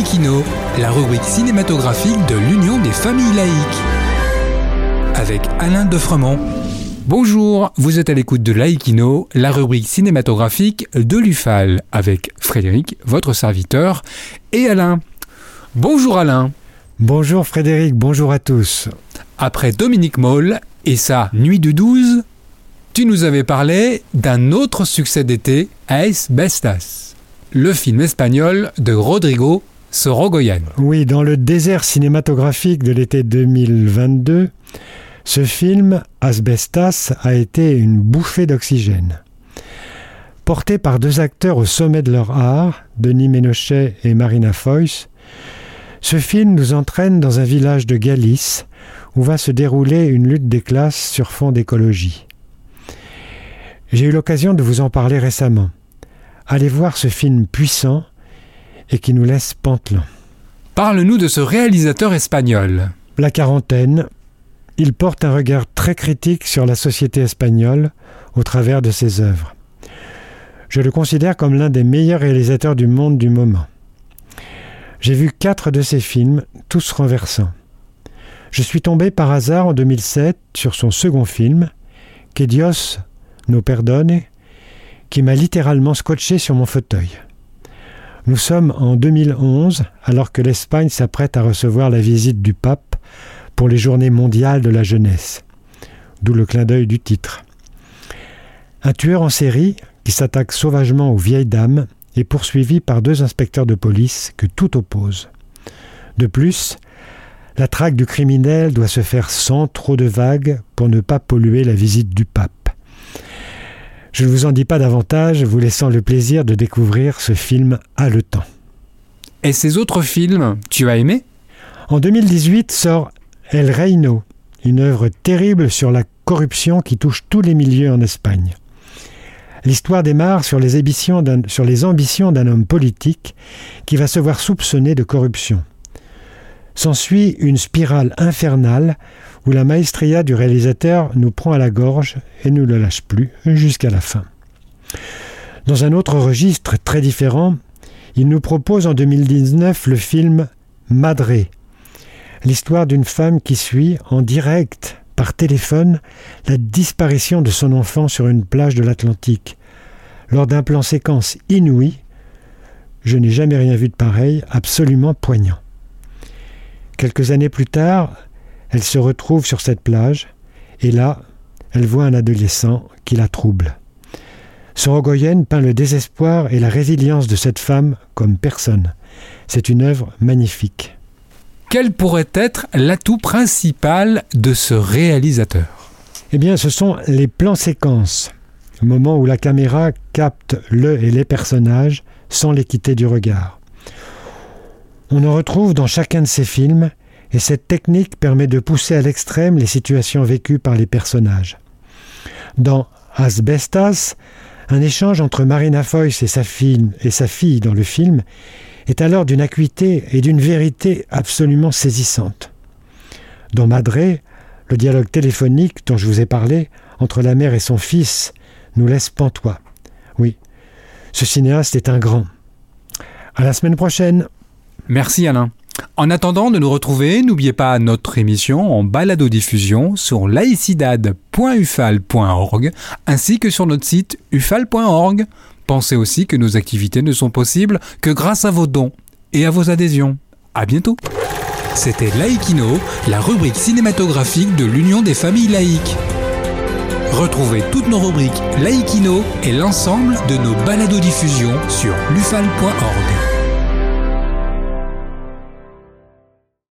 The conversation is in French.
Laïkino, la rubrique cinématographique de l'Union des familles laïques. Avec Alain Defremont. Bonjour, vous êtes à l'écoute de Laïkino, la rubrique cinématographique de l'UFAL, avec Frédéric, votre serviteur, et Alain. Bonjour Alain. Bonjour Frédéric, bonjour à tous. Après Dominique Moll et sa Nuit du 12, tu nous avais parlé d'un autre succès d'été, Asbestas, le film espagnol de Rodrigo Sorogoyen. Oui, dans le désert cinématographique de l'été 2022, ce film, Asbestas, a été une bouffée d'oxygène. Porté par deux acteurs au sommet de leur art, Denis Ménochet et Marina Foïs, ce film nous entraîne dans un village de Galice où va se dérouler une lutte des classes sur fond d'écologie. J'ai eu l'occasion de vous en parler récemment. Allez voir ce film puissant et qui nous laisse pantelants. Parle-nous de ce réalisateur espagnol. La quarantaine, il porte un regard très critique sur la société espagnole au travers de ses œuvres. Je le considère comme l'un des meilleurs réalisateurs du monde du moment. J'ai vu 4 de ses films, tous renversants. Je suis tombé par hasard en 2007 sur son second film, Que Dios nos perdone, qui m'a littéralement scotché sur mon fauteuil. Nous sommes en 2011, alors que l'Espagne s'apprête à recevoir la visite du pape pour les Journées mondiales de la jeunesse, d'où le clin d'œil du titre. Un tueur en série qui s'attaque sauvagement aux vieilles dames est poursuivi par 2 inspecteurs de police que tout oppose. De plus, la traque du criminel doit se faire sans trop de vagues pour ne pas polluer la visite du pape. Je ne vous en dis pas davantage, vous laissant le plaisir de découvrir ce film haletant. Et ces autres films, tu as aimé ? En 2018 sort El Reino, une œuvre terrible sur la corruption qui touche tous les milieux en Espagne. L'histoire démarre sur les ambitions d'un homme politique qui va se voir soupçonné de corruption. S'ensuit une spirale infernale où la maestria du réalisateur nous prend à la gorge et ne le lâche plus jusqu'à la fin. Dans un autre registre très différent, il nous propose en 2019 le film Madré, l'histoire d'une femme qui suit en direct, par téléphone, la disparition de son enfant sur une plage de l'Atlantique. Lors d'un plan séquence inouï, je n'ai jamais rien vu de pareil, absolument poignant. Quelques années plus tard, elle se retrouve sur cette plage, et là, elle voit un adolescent qui la trouble. Sorogoyen peint le désespoir et la résilience de cette femme comme personne. C'est une œuvre magnifique. Quel pourrait être l'atout principal de ce réalisateur ? Eh bien, ce sont les plans séquences, le moment où la caméra capte le et les personnages sans les quitter du regard. On en retrouve dans chacun de ces films, et cette technique permet de pousser à l'extrême les situations vécues par les personnages. Dans Asbestas, un échange entre Marina Foïs et sa fille dans le film est alors d'une acuité et d'une vérité absolument saisissantes. Dans Madré, le dialogue téléphonique dont je vous ai parlé entre la mère et son fils nous laisse pantois. Oui, ce cinéaste est un grand. À la semaine prochaine. Merci Alain. En attendant de nous retrouver, n'oubliez pas notre émission en balado-diffusion sur laicidad.ufal.org ainsi que sur notre site ufal.org. Pensez aussi que nos activités ne sont possibles que grâce à vos dons et à vos adhésions. À bientôt. C'était Laïkino, la rubrique cinématographique de l'Union des familles laïques. Retrouvez toutes nos rubriques Laïkino et l'ensemble de nos balados-diffusions sur lufal.org.